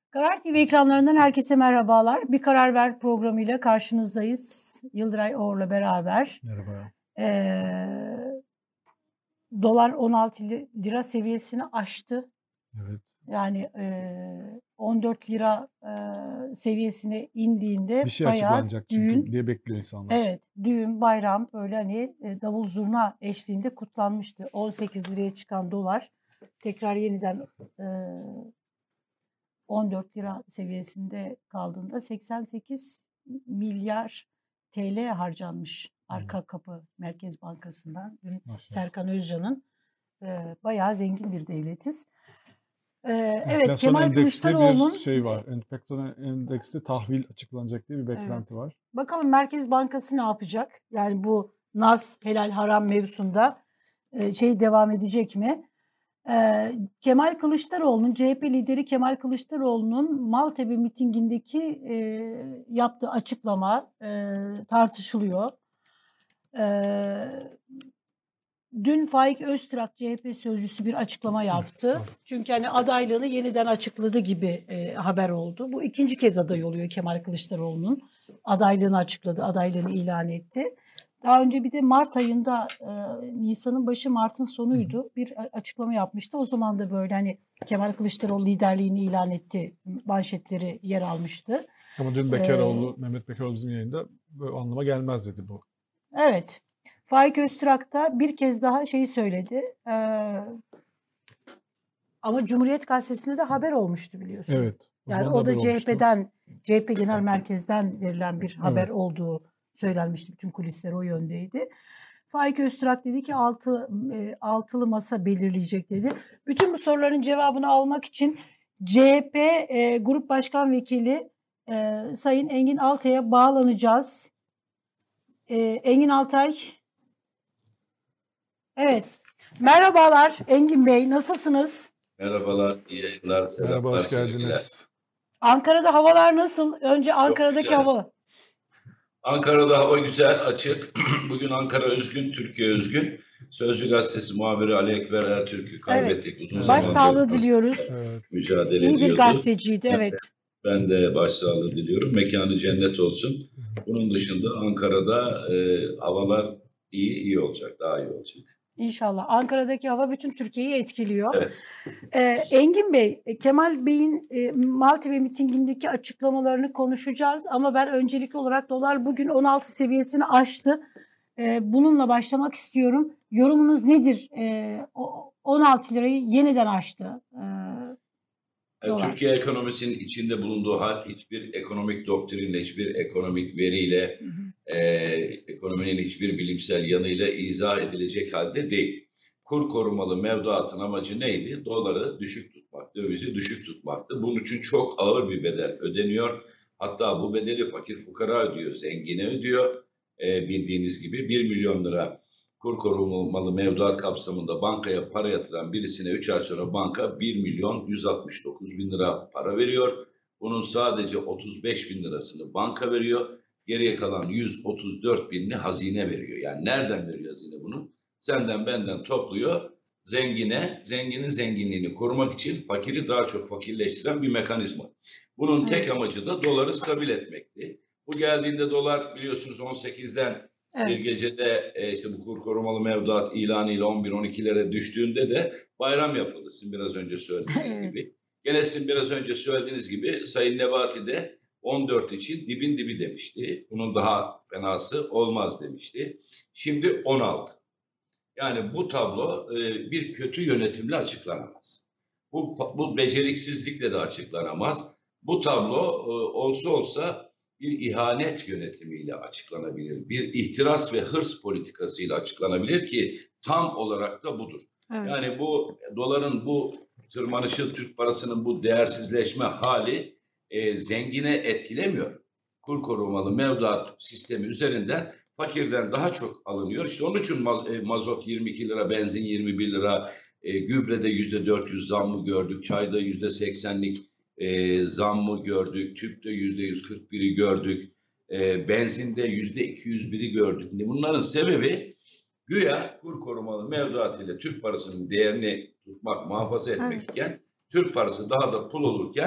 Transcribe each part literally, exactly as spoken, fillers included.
Karar T V ekranlarından herkese merhabalar. Bir Karar Ver programıyla karşınızdayız. Yıldıray Oğur'la beraber. Merhaba. Ee, dolar on altı lira seviyesini aştı. Evet. Yani e, on dört lira e, seviyesine indiğinde Bir şey bayağı açıklanacak çünkü düğün, diye bekliyor insanlar. evet, düğün, bayram böyle hani e, davul zurna eşliğinde kutlanmıştı. on sekiz liraya çıkan dolar tekrar yeniden e, on dört lira seviyesinde kaldığında seksen sekiz milyar T L harcanmış arka kapı Merkez Bankası'ndan. Dün Maşallah. Serkan Özcan'ın e, bayağı zengin bir devletiz. E, evet, Enflasyon Kemal endekste Kılıçdaroğlu'nun bir şey var. Enflasyon endekste tahvil açıklanacak diye bir beklenti evet. var. Bakalım Merkez Bankası ne yapacak? Yani bu Naz helal haram mevzusunda e, şey devam edecek mi? Ee, Kemal Kılıçdaroğlu'nun, C H P lideri Kemal Kılıçdaroğlu'nun Maltepe mitingindeki e, yaptığı açıklama e, tartışılıyor. E, dün Faik Öztürk C H P sözcüsü bir açıklama yaptı. Çünkü hani adaylığını yeniden açıkladı gibi e, haber oldu. Bu ikinci kez aday oluyor Kemal Kılıçdaroğlu'nun. Adaylığını açıkladı, adaylığını ilan etti. Daha önce bir de Mart ayında, e, Nisan'ın başı Mart'ın sonuydu. Bir açıklama yapmıştı. O zaman da böyle hani Kemal Kılıçdaroğlu liderliğini ilan etti manşetleri yer almıştı. Ama dün Bekaroğlu, ee, Mehmet Bekaroğlu bizim yayında böyle anlama gelmez dedi bu. Evet. Faik Öztürk da bir kez daha şeyi söyledi. Ee, ama Cumhuriyet Gazetesi'nde de haber olmuştu biliyorsun. Evet. O yani o da C H P'den, C H P Genel Merkez'den verilen bir haber evet. olduğu söylenmişti. Bütün kulisler o yöndeydi. Faik Öztürk dedi ki altı, e, altılı masa belirleyecek dedi. Bütün bu soruların cevabını almak için C H P e, Grup Başkan Vekili e, Sayın Engin Altay'a bağlanacağız. E, Engin Altay. Evet. Merhabalar Engin Bey, nasılsınız? Merhabalar, iyi yayınlar, selamlar. Merhaba, hoş geldiniz. Ankara'da havalar nasıl? Önce Ankara'daki hava. Ankara'da hava güzel, açık. Bugün Ankara özgün, Türkiye özgün. Sözcü Gazetesi muhabiri Ali Ekber Ertürk'ü kaybettik. Evet. Uzun başsağlığı diliyoruz. Evet. Mücadele İyi ediyordu. bir gazeteciydi, evet. Ben de başsağlığı diliyorum. Mekanı cennet olsun. Bunun dışında Ankara'da e, havalar iyi, iyi olacak, daha iyi olacak. İnşallah. Ankara'daki hava bütün Türkiye'yi etkiliyor. Evet. Ee, Engin Bey, Kemal Bey'in e, Maltepe mitingindeki açıklamalarını konuşacağız. Ama ben öncelikli olarak dolar bugün on altı seviyesini aştı. Ee, bununla başlamak istiyorum. Yorumunuz nedir? Ee, on altı lirayı yeniden aştı. Ee, Evet, Türkiye ekonomisinin içinde bulunduğu hal hiçbir ekonomik doktrinle, hiçbir ekonomik veriyle, hı hı. E, ekonominin hiçbir bilimsel yanıyla izah edilecek halde değil. Kur korumalı mevduatın amacı neydi? Doları düşük tutmak, dövizi düşük tutmaktı. Bunun için çok ağır bir bedel ödeniyor. Hatta bu bedeli fakir fukara ödüyor, zengine ödüyor. E, bildiğiniz gibi bir milyon lira kur korumalı mevduat kapsamında bankaya para yatıran birisine üç ay sonra banka bir milyon yüz altmış dokuz bin lira para veriyor. Bunun sadece otuz beş bin lirasını banka veriyor. Geriye kalan yüz otuz dört binini hazine veriyor. Yani nereden veriyor hazine bunu? Senden benden topluyor. Zengine, zenginin zenginliğini korumak için fakiri daha çok fakirleştiren bir mekanizma. Bunun tek evet. amacı da doları stabil etmekti. Bu geldiğinde dolar biliyorsunuz on sekizden evet. bir gecede e, işte bu kur korumalı mevduat ilanıyla on bir on ikilere düştüğünde de bayram yapıldı. Sizin biraz önce söylediğiniz gibi. Gene sizin biraz önce söylediğiniz gibi Sayın Nebati de on dört için dibin dibi demişti. Bunun daha fenası olmaz demişti. Şimdi on altı. Yani bu tablo e, bir kötü yönetimle açıklanamaz. Bu, bu beceriksizlikle de açıklanamaz. Bu tablo e, olsa olsa bir ihanet yönetimiyle açıklanabilir. Bir ihtiras ve hırs politikasıyla açıklanabilir ki tam olarak da budur. Evet. Yani bu doların bu tırmanışı, Türk parasının bu değersizleşme hali e, zengine etkilemiyor. Kur korumalı mevduat sistemi üzerinden fakirden daha çok alınıyor. İşte onun için mazot yirmi iki lira, benzin yirmi bir lira, e, gübrede yüzde dört yüz zammı gördük, çayda yüzde seksenlik e, zammı gördük, tüpte yüzde yüz kırk biri gördük, e, benzinde yüzde iki yüz biri gördük. Bunların sebebi güya kur korumalı mevduat ile Türk parasının değerini tutmak, muhafaza etmek iken, Türk parası daha da pul olurken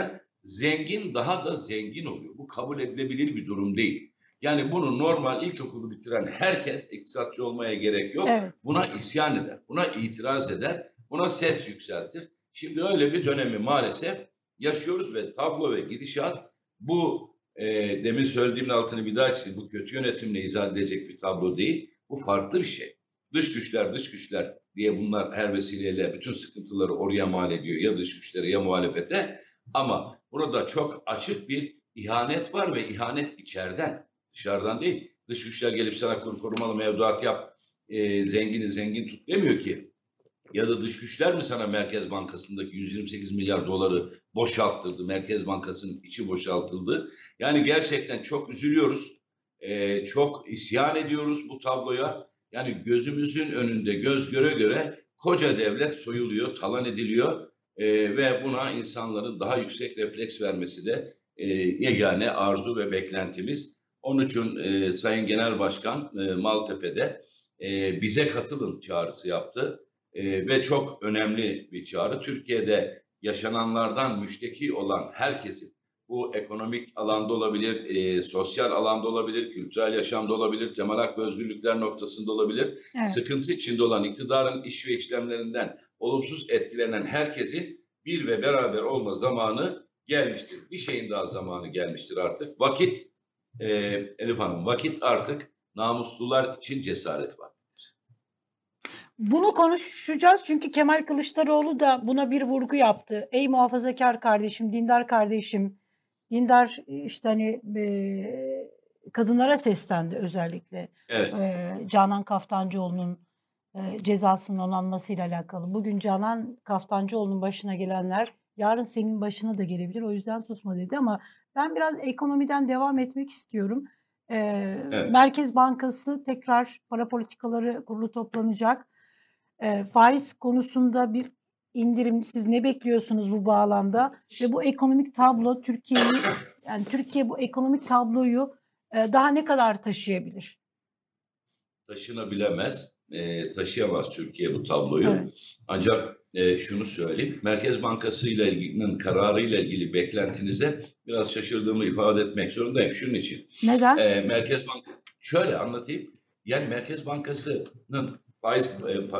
zengin daha da zengin oluyor. Bu kabul edilebilir bir durum değil. Yani bunu normal ilkokulu bitiren herkes, iktisatçı olmaya gerek yok. Evet. Buna isyan eder, buna itiraz eder, buna ses yükseltir. Şimdi öyle bir dönemi maalesef yaşıyoruz ve tablo ve gidişat bu e, demin söylediğimin altını bir daha çizeyim. Bu kötü yönetimle izah edilecek bir tablo değil. Bu farklı bir şey. Dış güçler, dış güçler diye bunlar her vesileyle bütün sıkıntıları oraya mal ediyor. Ya dış güçlere ya muhalefete. Ama burada çok açık bir ihanet var ve ihanet içeriden, dışarıdan değil. Dış güçler gelip sana kur korumalı mevduat yap, e, zengini zengin tut demiyor ki. Ya da dış güçler mi sana Merkez Bankası'ndaki yüz yirmi sekiz milyar doları boşalttırdı? Merkez Bankası'nın içi boşaltıldı. Yani gerçekten çok üzülüyoruz. Ee, çok isyan ediyoruz bu tabloya. Yani gözümüzün önünde göz göre göre koca devlet soyuluyor, talan ediliyor. Ee, ve buna insanların daha yüksek refleks vermesi de e, yegane arzu ve beklentimiz. Onun için e, Sayın Genel Başkan e, Maltepe'de e, bize katılın çağrısı yaptı. Ee, ve çok önemli bir çağrı. Türkiye'de yaşananlardan müşteki olan herkesin, bu ekonomik alanda olabilir, e, sosyal alanda olabilir, kültürel yaşamda olabilir, temel hak ve özgürlükler noktasında olabilir, evet. Sıkıntı içinde olan iktidarın iş ve işlemlerinden olumsuz etkilenen herkesin bir ve beraber olma zamanı gelmiştir. Bir şeyin daha zamanı gelmiştir artık. Vakit, e, Elif Hanım, vakit artık namuslular için cesaret var. Bunu konuşacağız çünkü Kemal Kılıçdaroğlu da buna bir vurgu yaptı. Ey muhafazakar kardeşim, dindar kardeşim, dindar işte hani e, kadınlara seslendi özellikle. Evet. E, Canan Kaftancıoğlu'nun e, cezasının onanmasıyla alakalı. Bugün Canan Kaftancıoğlu'nun başına gelenler yarın senin başına da gelebilir. O yüzden susma dedi ama ben biraz ekonomiden devam etmek istiyorum. E, evet. Merkez Bankası tekrar para politikaları kurulu toplanacak. E, faiz konusunda bir indirim, siz ne bekliyorsunuz bu bağlamda ve bu ekonomik tablo Türkiye'yi, yani Türkiye bu ekonomik tabloyu e, daha ne kadar taşıyabilir? Taşınabilemez, e, taşıyamaz Türkiye bu tabloyu. Evet. Ancak e, şunu söyleyeyim, Merkez Bankası ile ilgili kararıyla ilgili beklentinize biraz şaşırdığımı ifade etmek zorundayım. Şunun için. Neden? E, Merkez Bank şöyle anlatayım. Yani Merkez Bankası'nın faiz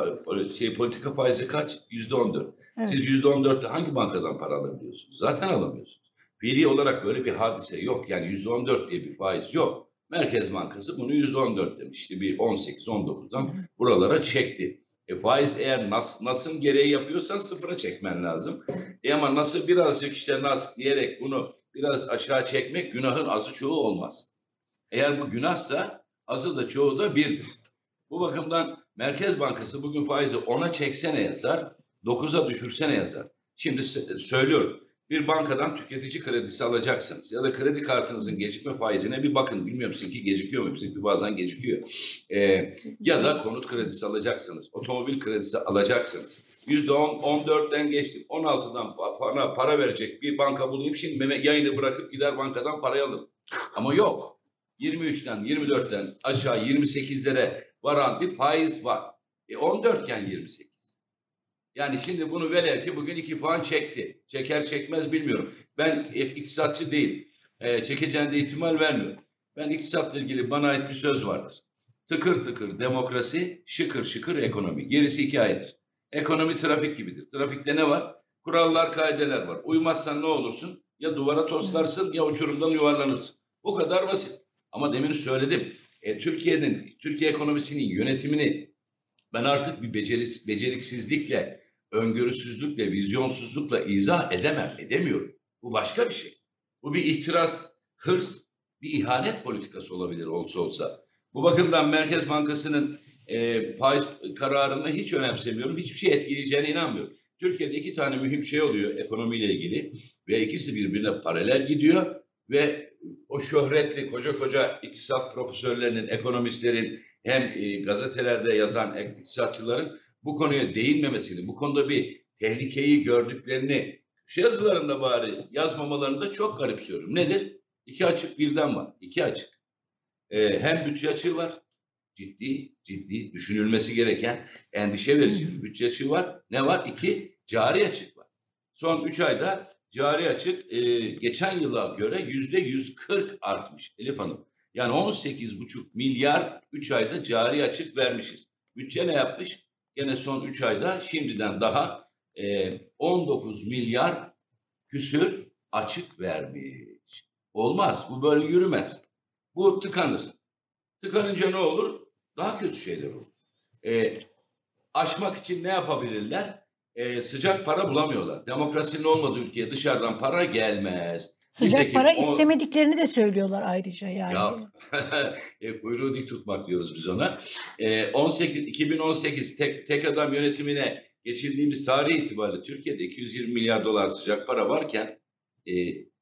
şey politika faizi kaç? yüzde on dört. Evet. Siz yüzde on dörtte hangi bankadan para alabiliyorsunuz? Zaten alamıyorsunuz. Fiili olarak böyle bir hadise yok. Yani yüzde on dört diye bir faiz yok. Merkez Bankası bunu yüzde on dört demişti. Bir on sekiz on dokuzdan buralara çekti. E faiz eğer nas, nasıl gereği yapıyorsan sıfıra çekmen lazım. E ama nasıl birazcık işte nas diyerek bunu biraz aşağı çekmek günahın azı çoğu olmaz. Eğer bu günahsa azı da çoğu da birdir. Bu bakımdan Merkez Bankası bugün faizi ona çeksene yazar, dokuza düşürsene yazar. Şimdi söylüyorum, bir bankadan tüketici kredisi alacaksınız ya da kredi kartınızın gecikme faizine bir bakın. Bilmiyorum sizinki gecikiyor mu? Sizinki bazen gecikiyor. Ee, ya da konut kredisi alacaksınız, otomobil kredisi alacaksınız. yüzde on, on dörtten geçtim, on altıdan para, para verecek bir banka bulayım. Şimdi yayını bırakıp gider bankadan parayı alırım. Ama yok. yirmi üçten, yirmi dörtten aşağı yirmi sekizlere varan bir faiz var. E on dört iken yirmi sekiz. Yani şimdi bunu velev ki bugün iki puan çekti. Çeker çekmez bilmiyorum. Ben iktisatçı değilim. E, çekeceğine de ihtimal vermiyorum. Ben iktisatla ilgili bana ait bir söz vardır. Tıkır tıkır demokrasi, şıkır şıkır ekonomi. Gerisi hikayedir. Ekonomi trafik gibidir. Trafikte ne var? Kurallar, kaideler var. Uymazsan ne olursun? Ya duvara toslarsın ya uçurumdan yuvarlanırsın. Bu kadar basit. Ama demin söyledim. E, Türkiye'nin, Türkiye ekonomisinin yönetimini ben artık bir beceri, beceriksizlikle, öngörüsüzlükle, vizyonsuzlukla izah edemem, edemiyorum. Bu başka bir şey. Bu bir ihtiras, hırs, bir ihanet politikası olabilir olsa olsa. Bu bakımdan Merkez Bankası'nın e, faiz kararını hiç önemsemiyorum. Hiçbir şey etkileyeceğine inanmıyorum. Türkiye'de iki tane mühim şey oluyor ekonomiyle ilgili ve ikisi birbirine paralel gidiyor ve o şöhretli koca koca iktisat profesörlerinin, ekonomistlerin hem e, gazetelerde yazan iktisatçıların bu konuya değinmemesini, bu konuda bir tehlikeyi gördüklerini şu yazılarında bari yazmamalarını da çok garipsiyorum. Nedir? İki açık birden var. İki açık. Ee, hem bütçe açığı var. Ciddi, ciddi düşünülmesi gereken endişe verici bir bütçe açığı var. Ne var? İki, cari açık var. Son üç ayda cari açık e, geçen yıla göre yüzde yüz kırk artmış Elif Hanım. Yani on sekiz buçuk milyar üç ayda cari açık vermişiz. Bütçe ne yapmış? Gene son üç ayda şimdiden daha e, on dokuz milyar küsür açık vermiş. Olmaz. Bu böyle yürümez. Bu tıkanır. Tıkanınca ne olur? Daha kötü şeyler olur. E, aşmak için ne yapabilirler? E, sıcak para bulamıyorlar. Demokrasinin olmadığı ülkeye dışarıdan para gelmez. Sıcak Nitekim para o... istemediklerini de söylüyorlar ayrıca yani. Ya e, kuyruğu dik tutmak diyoruz biz ona. E, on sekiz iki bin on sekiz tek, tek adam yönetimine geçirdiğimiz tarih itibariyle Türkiye'de iki yüz yirmi milyar dolar sıcak para varken e,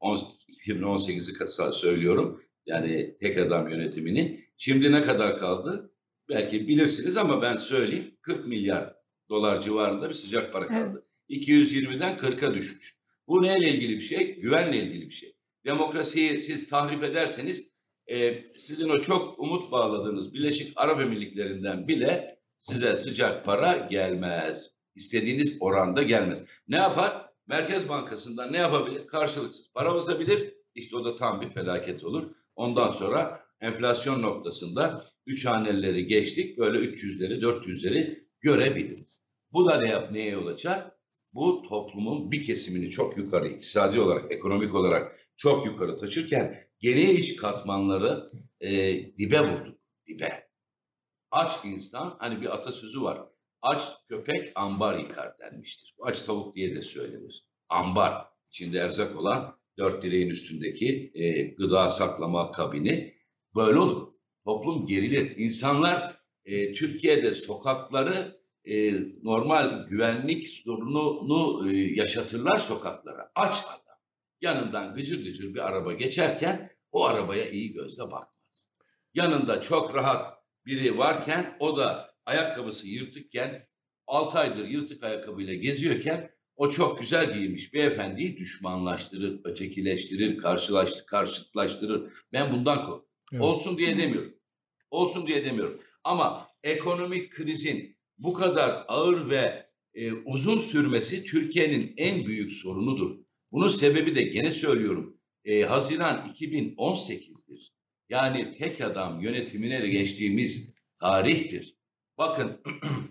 iki bin on sekizi kısa söylüyorum. Yani tek adam yönetimini. Şimdi ne kadar kaldı? Belki bilirsiniz ama ben söyleyeyim. kırk milyar dolar civarında bir sıcak para kaldı. Evet. iki yüz yirmiden kırka düşmüş. Bu neyle ilgili bir şey? Güvenle ilgili bir şey. Demokrasiyi siz tahrip ederseniz e, sizin o çok umut bağladığınız Birleşik Arap Emirlikleri'nden bile size sıcak para gelmez. İstediğiniz oranda gelmez. Ne yapar? Merkez Bankası'ndan ne yapabilir? Karşılıksız para basabilir. İşte o da tam bir felaket olur. Ondan sonra enflasyon noktasında üç haneleri geçtik. Böyle üç yüzleri, dört yüzleri görebiliriz. Bu da ne yap, neye yol açar? Bu toplumun bir kesimini çok yukarı, iktisadi olarak, ekonomik olarak çok yukarı taşırken geniş katmanları e, dibe vurduk, dibe. Aç insan, hani bir atasözü var. Aç köpek ambar yıkar denmiştir. Aç tavuk diye de söylenir. Ambar, içinde erzak olan dört direğin üstündeki e, gıda saklama kabini böyle olur. Toplum gerilir. İnsanlar e, Türkiye'de sokakları e, normal güvenlik sorununu e, yaşatırlar sokaklara. Aç adam. Yanından gıcır gıcır bir araba geçerken o arabaya iyi gözle bakmaz. Yanında çok rahat biri varken o da ayakkabısı yırtıkken altı aydır yırtık ayakkabıyla geziyorken o çok güzel giymiş beyefendiyi düşmanlaştırır, ötekileştirir, karşılaştırır, karşıtlaştırır. Ben bundan korkuyorum. Evet. Olsun diye demiyorum. Olsun diye demiyorum. Ama ekonomik krizin bu kadar ağır ve e, uzun sürmesi Türkiye'nin en büyük sorunudur. Bunun sebebi de gene söylüyorum. E, Haziran iki bin on sekiz'dir. Yani tek adam yönetimine de geçtiğimiz tarihtir. Bakın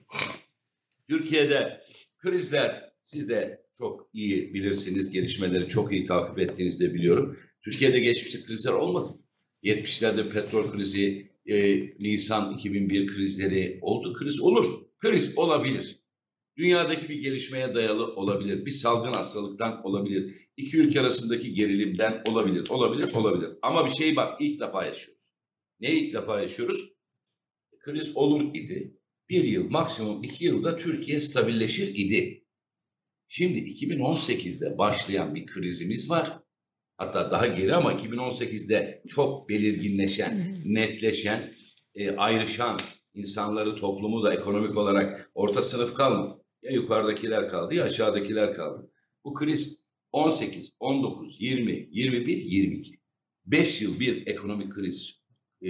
Türkiye'de krizler, siz de çok iyi bilirsiniz, gelişmeleri çok iyi takip ettiğinizi de biliyorum. Türkiye'de geçmişte krizler olmadı. yetmişlerde petrol krizi, e, Nisan iki bin bir krizleri oldu. Kriz olur. Kriz olabilir. Dünyadaki bir gelişmeye dayalı olabilir. Bir salgın hastalıktan olabilir. İki ülke arasındaki gerilimden olabilir. Olabilir, olabilir. Ama bir şey bak ilk defa yaşıyoruz. Ne ilk defa yaşıyoruz? Kriz olur idi. Bir yıl, maksimum iki yılda Türkiye stabilleşir idi. Şimdi iki bin on sekiz'de başlayan bir krizimiz var. Hatta daha geri ama iki bin on sekiz'de çok belirginleşen, netleşen, e, ayrışan insanları, toplumu da ekonomik olarak orta sınıf kalmadı. Ya yukarıdakiler kaldı ya aşağıdakiler kaldı. Bu kriz on sekiz, on dokuz, yirmi, yirmi bir, yirmi iki. beş yıl bir ekonomik kriz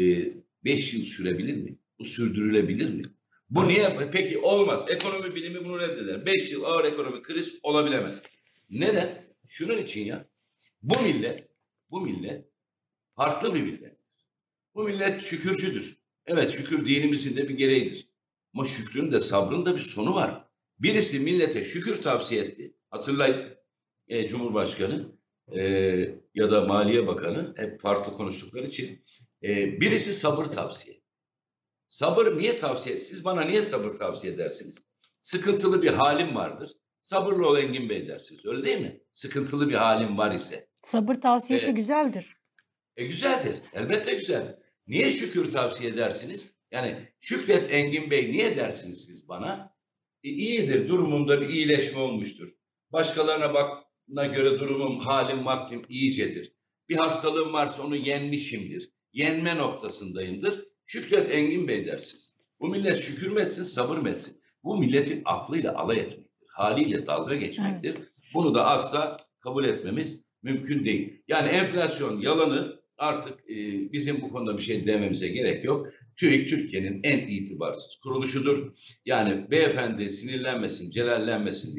beş yıl sürebilir mi? Bu sürdürülebilir mi? Bu niye? Peki olmaz. Ekonomi bilimi bunu reddeder. beş yıl ağır ekonomik kriz olabilemez. Neden? Şunun için ya. Bu millet, bu millet farklı bir millet. Bu millet şükürcüdür. Evet, şükür dinimizin de bir gereğidir. Ama şükrün de sabrın da bir sonu var. Birisi millete şükür tavsiye etti. Hatırlayın e, Cumhurbaşkanı e, ya da Maliye Bakanı hep farklı konuştukları için e, birisi sabır tavsiye etti. Sabır niye tavsiye? Siz bana niye sabır tavsiye edersiniz? Sıkıntılı bir halim vardır. Sabırlı ol Engin Bey dersiniz. Öyle değil mi? Sıkıntılı bir halim var ise. Sabır tavsiyesi e, güzeldir. E güzeldir. Elbette güzel. Niye şükür tavsiye edersiniz? Yani şükret Engin Bey niye dersiniz siz bana? E, iyidir. Durumumda bir iyileşme olmuştur. Başkalarına bakına göre durumum, halim, vaktim iyicedir. Bir hastalığım varsa onu yenmişimdir. Yenme noktasındayımdır. Şükret Engin Bey dersiniz. Bu millet şükür mü etsin, sabır mı etsin? Bu milletin aklıyla alay etmektir. Haliyle dalga geçmektir. Evet. Bunu da asla kabul etmemiz mümkün değil. Yani enflasyon yalanı artık e, bizim bu konuda bir şey dememize gerek yok. TÜİK Türkiye'nin en itibarsız kuruluşudur. Yani beyefendi sinirlenmesin, celallenmesin diye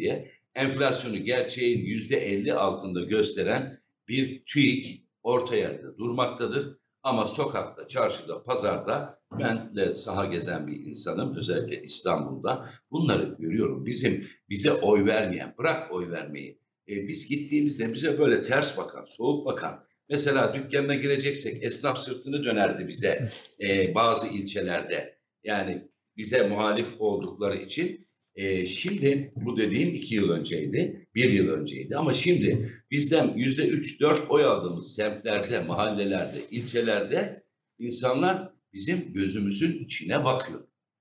enflasyonu gerçeğin yüzde elli altında gösteren bir TÜİK orta yerde durmaktadır. Ama sokakta, çarşıda, pazarda, ben de saha gezen bir insanım, özellikle İstanbul'da bunları görüyorum. Bizim bize oy vermeyen, bırak oy vermeyi, e, biz gittiğimizde bize böyle ters bakan, soğuk bakan, mesela dükkanına gireceksek esnaf sırtını dönerdi bize e, bazı ilçelerde. Yani bize muhalif oldukları için. E, şimdi bu dediğim iki yıl önceydi, bir yıl önceydi. Ama şimdi bizden yüzde üç dört oy aldığımız semtlerde, mahallelerde, ilçelerde insanlar bizim gözümüzün içine bakıyor.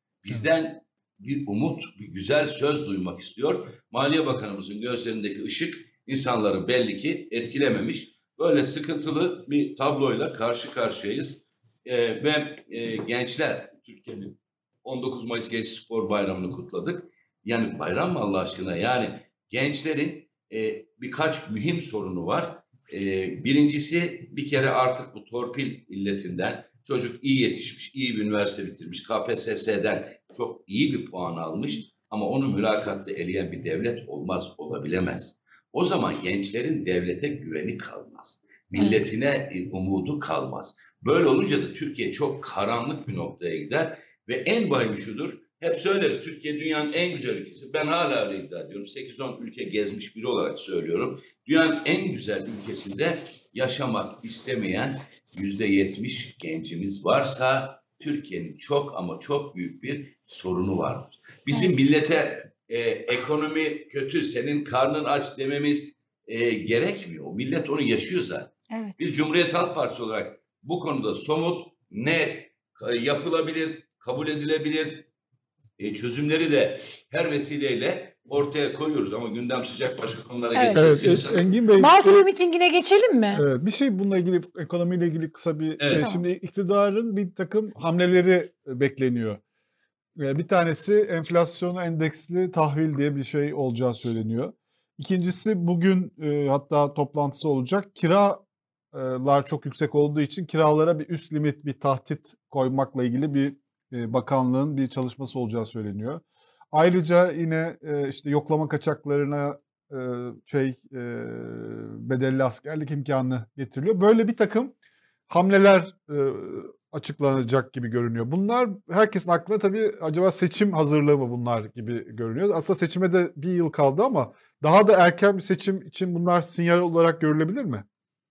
Bizden bir umut, bir güzel söz duymak istiyor. Maliye Bakanımızın gözlerindeki ışık insanları belli ki etkilememiş. Böyle sıkıntılı bir tabloyla karşı karşıyayız. E, ve e, gençler, Türkiye'nin on dokuz Mayıs Genç Spor Bayramı'nı kutladık. Yani bayram mı Allah aşkına? Yani gençlerin e, birkaç mühim sorunu var. E, birincisi bir kere artık bu torpil illetinden çocuk iyi yetişmiş, iyi bir üniversite bitirmiş, K P S S'den çok iyi bir puan almış ama onu mülakatta eleyen bir devlet olmaz, olabilemez. O zaman gençlerin devlete güveni kalmaz. Milletine umudu kalmaz. Böyle olunca da Türkiye çok karanlık bir noktaya gider ve en vahimi şudur. Hep söyleriz Türkiye dünyanın en güzel ülkesi. Ben hala öyle iddia ediyorum. sekiz on ülke gezmiş biri olarak söylüyorum. Dünyanın en güzel ülkesinde yaşamak istemeyen yüzde yetmiş gencimiz varsa Türkiye'nin çok ama çok büyük bir sorunu vardır. Bizim millete e, ekonomi kötü, senin karnın aç dememiz e, gerekmiyor. O millet onu yaşıyor zaten. Evet. Biz Cumhuriyet Halk Partisi olarak bu konuda somut, net, yapılabilir, kabul edilebilir e, çözümleri de her vesileyle ortaya koyuyoruz. Ama gündem sıcak, başka konulara evet. geçeceğiz. Evet, Engin Bey, Maltepe mitingine geçelim mi? Evet, bir şey bununla ilgili, ekonomiyle ilgili kısa bir evet. şey. Şimdi iktidarın bir takım hamleleri bekleniyor. Bir tanesi enflasyona endeksli tahvil diye bir şey olacağı söyleniyor. İkincisi bugün e, hatta toplantısı olacak. Kiralar çok yüksek olduğu için kiralara bir üst limit, bir tahtit koymakla ilgili bir e, bakanlığın bir çalışması olacağı söyleniyor. Ayrıca yine e, işte yoklama kaçaklarına e, şey e, bedelli askerlik imkanı getiriliyor. Böyle bir takım hamleler e, açıklanacak gibi görünüyor. Bunlar herkesin aklına tabii acaba seçim hazırlığı mı bunlar gibi görünüyor. Aslında seçime de bir yıl kaldı ama daha da erken bir seçim için bunlar sinyal olarak görülebilir mi?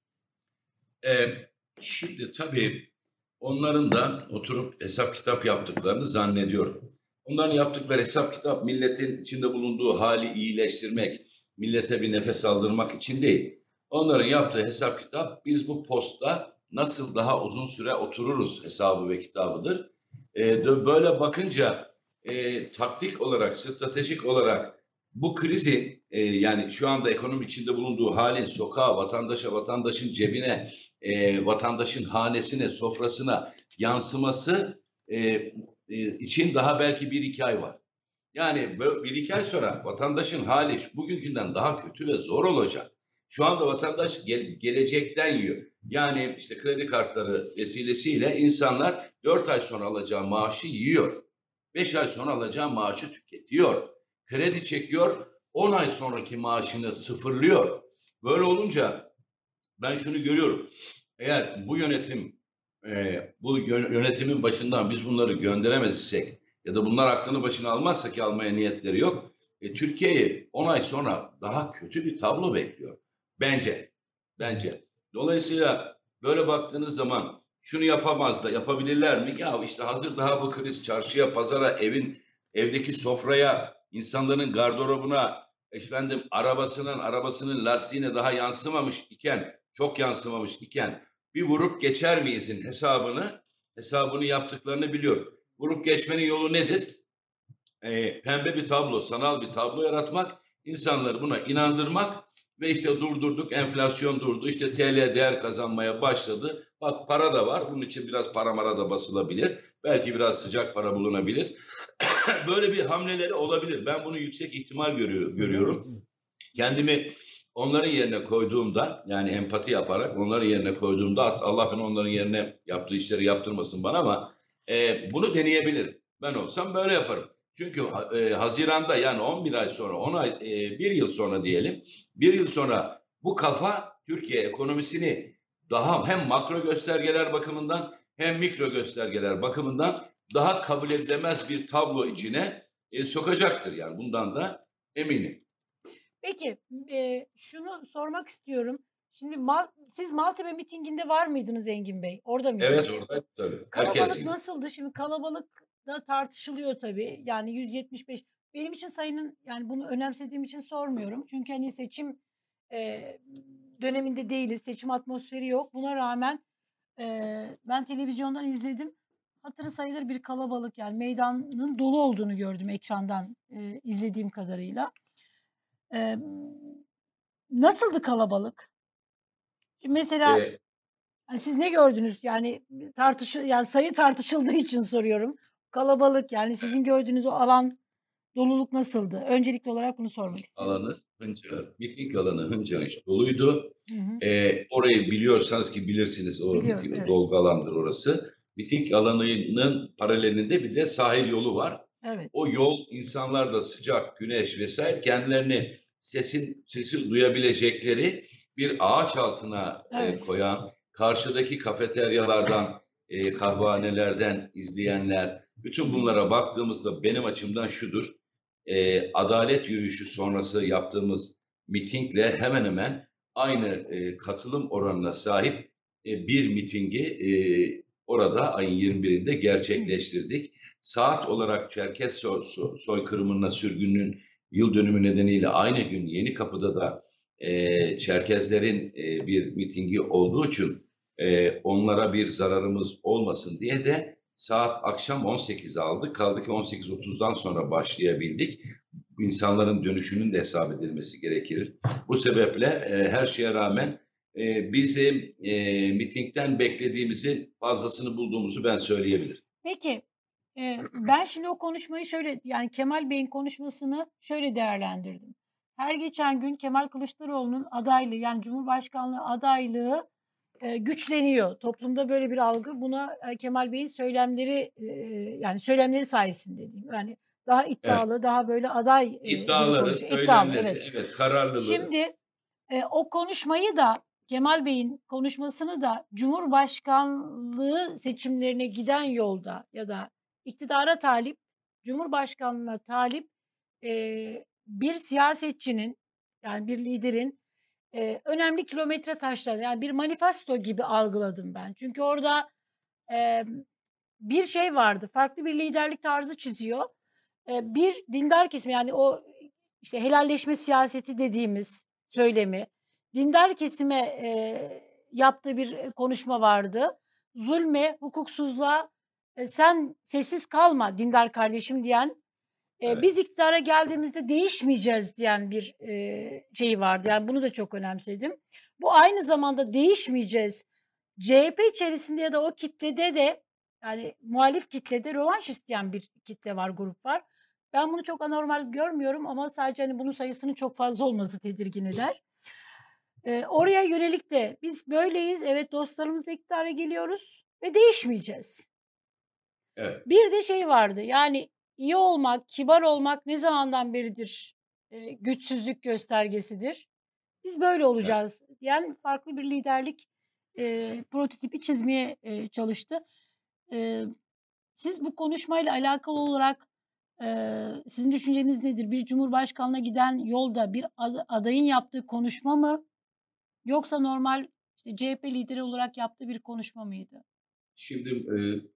Ee, şimdi tabii onların da oturup hesap kitap yaptıklarını zannediyorum. Onların yaptıkları hesap kitap milletin içinde bulunduğu hali iyileştirmek, millete bir nefes aldırmak için değil. Onların yaptığı hesap kitap biz bu postta nasıl daha uzun süre otururuz hesabı ve kitabıdır. E, böyle bakınca e, taktik olarak, stratejik olarak bu krizi e, yani şu anda ekonomi içinde bulunduğu halin sokağa, vatandaşa, vatandaşın cebine, e, vatandaşın hanesine, sofrasına yansıması e, e, için daha belki bir iki ay var. Yani bir iki ay sonra vatandaşın hali bugünkünden daha kötü ve zor olacak. Şu anda vatandaş gel, gelecekten yiyor. Yani işte kredi kartları vesilesiyle insanlar dört ay sonra alacağı maaşı yiyor. beş ay sonra alacağı maaşı tüketiyor. Kredi çekiyor, on ay sonraki maaşını sıfırlıyor. Böyle olunca ben şunu görüyorum. Eğer bu yönetim, e, bu yönetimin başından biz bunları gönderemezsek ya da bunlar aklını başına almazsa ki almaya niyetleri yok, e, Türkiye'yi on ay sonra daha kötü bir tablo bekliyor. Bence, bence. Dolayısıyla böyle baktığınız zaman şunu yapamaz da yapabilirler mi? Ya işte hazır daha bu kriz çarşıya, pazara, evin, evdeki sofraya, insanların gardırobuna, efendim arabasının, arabasının lastiğine daha yansımamış iken, çok yansımamış iken bir vurup geçer miyizin hesabını, hesabını yaptıklarını biliyorum. Vurup geçmenin yolu nedir? Ee, pembe bir tablo, sanal bir tablo yaratmak, insanları buna inandırmak. Ve işte durdurduk, enflasyon durdu, işte T L değer kazanmaya başladı. Bak para da var, bunun için biraz para mara da basılabilir. Belki biraz sıcak para bulunabilir. Böyle bir hamleleri olabilir. Ben bunu yüksek ihtimal görüyor, görüyorum. Kendimi onların yerine koyduğumda, yani empati yaparak onların yerine koyduğumda, aslında Allah beni onların yerine yaptığı işleri yaptırmasın bana ama e, bunu deneyebilirim. Ben olsam böyle yaparım. Çünkü e, Haziran'da, yani on bir ay sonra, on ay, e, bir yıl sonra diyelim, bir yıl sonra bu kafa Türkiye ekonomisini daha hem makro göstergeler bakımından hem mikro göstergeler bakımından daha kabul edilemez bir tablo içine e, sokacaktır. Yani bundan da eminim. Peki e, şunu sormak istiyorum. Şimdi Mal siz Maltepe mitinginde var mıydınız Engin Bey? Orada mıydınız? Evet, orada tabii. Kalabalık Herkes nasıldı? Şimdi kalabalık da tartışılıyor tabii. Yani yüz yetmiş beş. Benim için sayının, yani bunu önemsediğim için sormuyorum. Çünkü hani seçim e, döneminde değiliz. Seçim atmosferi yok. Buna rağmen e, ben televizyondan izledim. Hatırı sayılır bir kalabalık, yani meydanın dolu olduğunu gördüm ekrandan e, izlediğim kadarıyla. E, nasıldı kalabalık? Mesela e, hani siz ne gördünüz? Yani tartışı yani sayı tartışıldığı için soruyorum. Kalabalık, yani sizin gördüğünüz o alan, doluluk nasıldı? Öncelikli olarak bunu sormak istiyorum. alanı hınca, miting alanı hınca hınç doluydu. Hı hı. E, orayı biliyorsanız ki bilirsiniz, o Biliyorum, miting, evet. dolgu alandır orası. Miting alanının paralelinde bir de sahil yolu var. Evet. O yol, insanlar da sıcak, güneş vesaire kendilerini sesin sesi duyabilecekleri bir ağaç altına Evet. e, koyan, karşıdaki kafeteryalardan, e, kahvehanelerden izleyenler, bütün bunlara baktığımızda benim açımdan şudur: e, adalet yürüyüşü sonrası yaptığımız mitingle hemen hemen aynı e, katılım oranına sahip e, bir mitingi e, orada ayın yirmi birinde gerçekleştirdik. Saat olarak Çerkez soy, soy, soykırımına, sürgünün yıl dönümü nedeniyle aynı gün Yenikapı'da da e, Çerkezlerin e, bir mitingi olduğu için e, onlara bir zararımız olmasın diye de saat akşam on sekize aldık. Kaldı ki on sekiz otuzdan sonra başlayabildik. İnsanların dönüşünün de hesap edilmesi gerekir. Bu sebeple e, her şeye rağmen e, bizim e, mitingden beklediğimizin fazlasını bulduğumuzu ben söyleyebilirim. Peki e, ben şimdi o konuşmayı şöyle, yani Kemal Bey'in konuşmasını şöyle değerlendirdim. Her geçen gün Kemal Kılıçdaroğlu'nun adaylığı, yani Cumhurbaşkanlığı adaylığı e, güçleniyor. Toplumda böyle bir algı. Buna e, Kemal Bey'in söylemleri e, yani söylemleri sayesinde diyeyim. Yani daha iddialı, evet. daha böyle aday e, iddiaları, söylemleri, evet. evet, kararlılığı. Şimdi e, o konuşmayı da, Kemal Bey'in konuşmasını da Cumhurbaşkanlığı seçimlerine giden yolda ya da iktidara talip, Cumhurbaşkanlığına talip e, bir siyasetçinin, yani bir liderin e, önemli kilometre taşları, yani bir manifesto gibi algıladım ben. Çünkü orada e, bir şey vardı, farklı bir liderlik tarzı çiziyor. E, bir dindar kesim, yani o işte helalleşme siyaseti dediğimiz söylemi, dindar kesime e, yaptığı bir konuşma vardı. Zulme, hukuksuzluğa e, sen sessiz kalma dindar kardeşim diyen, e, evet. biz iktidara geldiğimizde değişmeyeceğiz diyen bir e, şey vardı. Yani bunu da çok önemsedim. Bu aynı zamanda değişmeyeceğiz. C H P içerisinde ya da o kitlede de, yani muhalif kitlede rövanş isteyen bir kitle var, grup var. Ben bunu çok anormal görmüyorum ama sadece hani bunun sayısının çok fazla olması tedirgin eder. Ee, oraya yönelik de biz böyleyiz, evet, dostlarımızla iktidara geliyoruz ve değişmeyeceğiz. Evet. Bir de şey vardı, yani iyi olmak, kibar olmak ne zamandan beridir e, güçsüzlük göstergesidir. Biz böyle olacağız. Evet. Yani farklı bir liderlik e, prototipi çizmeye e, çalıştı. E, siz bu konuşmayla alakalı olarak Ee, sizin düşünceniz nedir? Bir Cumhurbaşkanlığına giden yolda bir ad- adayın yaptığı konuşma mı? Yoksa normal işte C H P lideri olarak yaptığı bir konuşma mıydı? Şimdi e,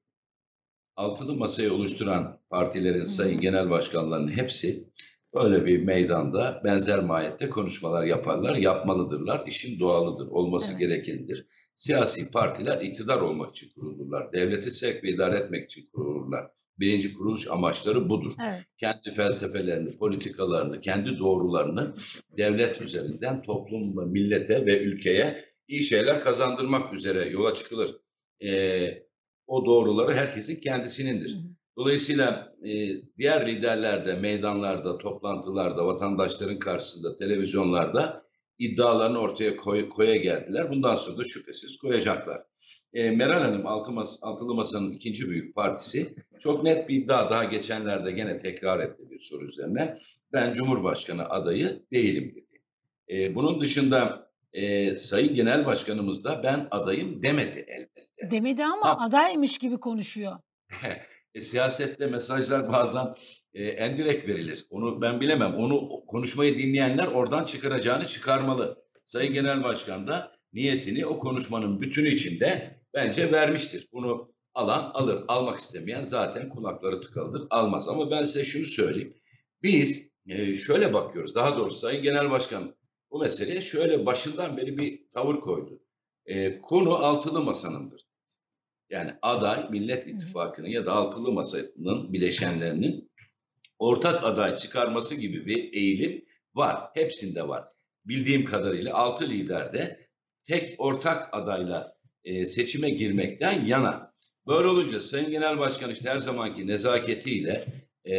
altılı masayı oluşturan partilerin Hı-hı. sayın genel başkanlarının hepsi öyle bir meydanda benzer mahiyette konuşmalar yaparlar, yapmalıdırlar. İşin doğalıdır, olması evet. gerekenidir. Siyasi partiler iktidar olmak için kurulurlar. Devleti sevk ve idare etmek için kurulurlar. Birinci kuruluş amaçları budur. Evet. Kendi felsefelerini, politikalarını, kendi doğrularını devlet üzerinden toplumla, millete ve ülkeye iyi şeyler kazandırmak üzere yola çıkılır. Ee, o doğruları herkesin kendisinindir. Dolayısıyla e, diğer liderler de meydanlarda, toplantılarda, vatandaşların karşısında, televizyonlarda iddialarını ortaya koy, koya geldiler. Bundan sonra da şüphesiz koyacaklar. e, Meral Hanım Altı Mas Altılı Masa'nın ikinci büyük partisi çok net bir iddia daha geçenlerde gene tekrar etti bir soru üzerine. Ben Cumhurbaşkanı adayı değilim dedi. E, bunun dışında e, Sayın Genel Başkanımız da ben adayım demedi elbette. Demedi ama ha. adaymış gibi konuşuyor. e, siyasette mesajlar bazen e, endirekt verilir. Onu ben bilemem. Onu konuşmayı dinleyenler oradan çıkaracağını çıkarmalı. Sayın Genel Başkan da niyetini o konuşmanın bütünü içinde bence vermiştir. Bunu alan alır. Almak istemeyen zaten kulakları tıkalıdır. Almaz. Ama ben size şunu söyleyeyim. Biz e, şöyle bakıyoruz. Daha doğrusu Sayın Genel Başkan bu meseleye şöyle başından beri bir tavır koydu. E, konu altılı masanındır. Yani aday Millet İttifakı'nın ya da altılı masanın bileşenlerinin ortak aday çıkarması gibi bir eğilim var. Hepsinde var. Bildiğim kadarıyla altı lider de tek ortak adayla e, seçime girmekten yana. Böyle olunca Sayın Genel Başkan işte her zamanki nezaketiyle e,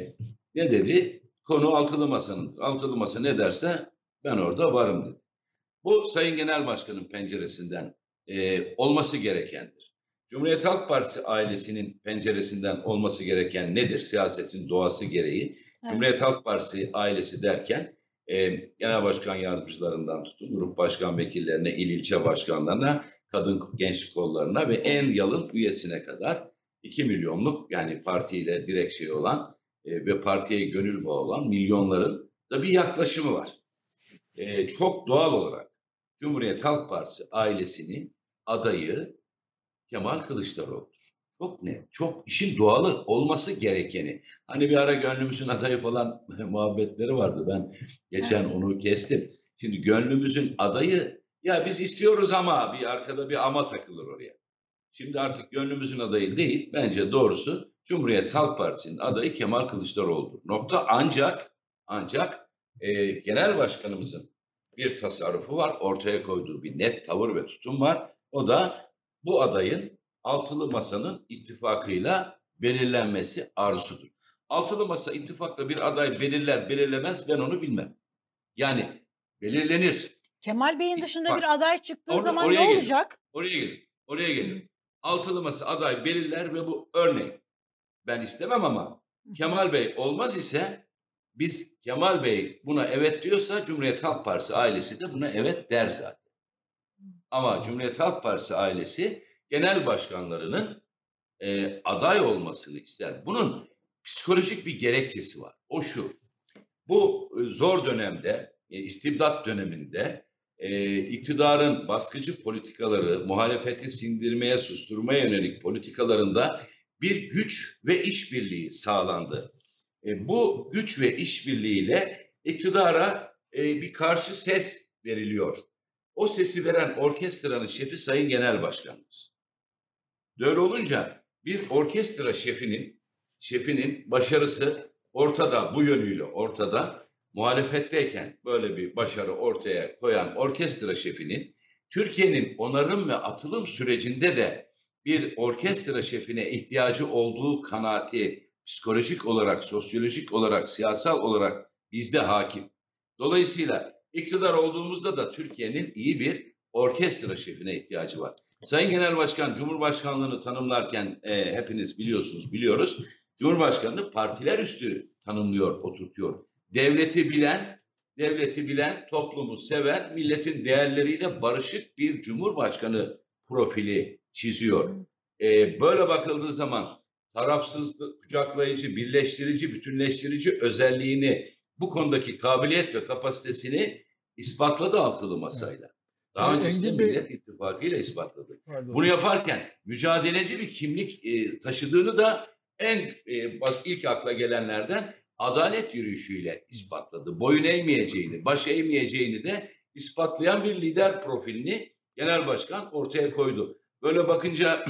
ne dedi? Konu altılı masanın. Altılı masa ne derse ben orada varım dedi. Bu Sayın Genel Başkan'ın penceresinden e, olması gerekendir. Cumhuriyet Halk Partisi ailesinin penceresinden olması gereken nedir? Siyasetin doğası gereği. Evet. Cumhuriyet Halk Partisi ailesi derken e, genel başkan yardımcılarından tutun, grup başkan vekillerine, il ilçe başkanlarına, kadın gençlik kollarına ve en yalın üyesine kadar iki milyonluk yani partiyle direkt şey olan e, ve partiye gönül bağı olan milyonların da bir yaklaşımı var. E, çok doğal olarak Cumhuriyet Halk Partisi ailesinin adayı Kemal Kılıçdaroğlu'dur. Çok net, çok işin doğalı olması gerekeni. Hani bir ara gönlümüzün adayı falan muhabbetleri vardı. Ben geçen evet. onu kestim. Şimdi gönlümüzün adayı, ya biz istiyoruz ama bir arkada bir ama takılır oraya. Şimdi artık gönlümüzün adayı değil, bence doğrusu Cumhuriyet Halk Partisi'nin adayı Kemal Kılıçdaroğlu'dur. Nokta. Ancak, ancak e, genel başkanımızın bir tasarrufu var, ortaya koyduğu bir net tavır ve tutum var. O da bu adayın altılı masanın ittifakıyla belirlenmesi arzusudur. Altılı masa ittifakla bir aday belirler belirlemez ben onu bilmem. Yani belirlenir. Kemal Bey'in dışında İttifak. bir aday çıktığı Orada, zaman ne geliyor. olacak? Oraya gelir. Oraya gelir. Altılı masa aday belirler ve bu örneğin ben istemem ama Kemal Bey olmaz ise biz Kemal Bey buna evet diyorsa Cumhuriyet Halk Partisi ailesi de buna evet der zaten. Ama Cumhuriyet Halk Partisi ailesi genel başkanlarının e, aday olmasını ister. Bunun psikolojik bir gerekçesi var. O şu, bu zor dönemde, e, istibdat döneminde e, iktidarın baskıcı politikaları, muhalefeti sindirmeye, susturmaya yönelik politikalarında bir güç ve işbirliği sağlandı. E, bu güç ve işbirliğiyle iktidara e, bir karşı ses veriliyor. O sesi veren orkestranın şefi Sayın Genel Başkanımız. Böyle olunca bir orkestra şefinin şefinin başarısı ortada, bu yönüyle ortada. Muhalefetteyken böyle bir başarı ortaya koyan orkestra şefinin Türkiye'nin onarım ve atılım sürecinde de bir orkestra şefine ihtiyacı olduğu kanaati psikolojik olarak, sosyolojik olarak, siyasal olarak bizde hakim. Dolayısıyla İktidar olduğumuzda da Türkiye'nin iyi bir orkestra şefine ihtiyacı var. Sayın Genel Başkan Cumhurbaşkanlığını tanımlarken e, hepiniz biliyorsunuz, biliyoruz. Cumhurbaşkanını partiler üstü tanımlıyor, oturtuyor. Devleti bilen, devleti bilen, toplumu seven, milletin değerleriyle barışık bir Cumhurbaşkanı profili çiziyor. E, böyle bakıldığı zaman tarafsızlık, kucaklayıcı, birleştirici, bütünleştirici özelliğini, bu konudaki kabiliyet ve kapasitesini ispatladı altılı masayla. Daha yani öncesinde Millet İttifakı ile ispatladı. Pardon. Bunu yaparken mücadeleci bir kimlik e, taşıdığını da en e, ilk akla gelenlerden adalet yürüyüşüyle ispatladı. Boyun eğmeyeceğini, baş eğmeyeceğini de ispatlayan bir lider profilini Genel Başkan ortaya koydu. Böyle bakınca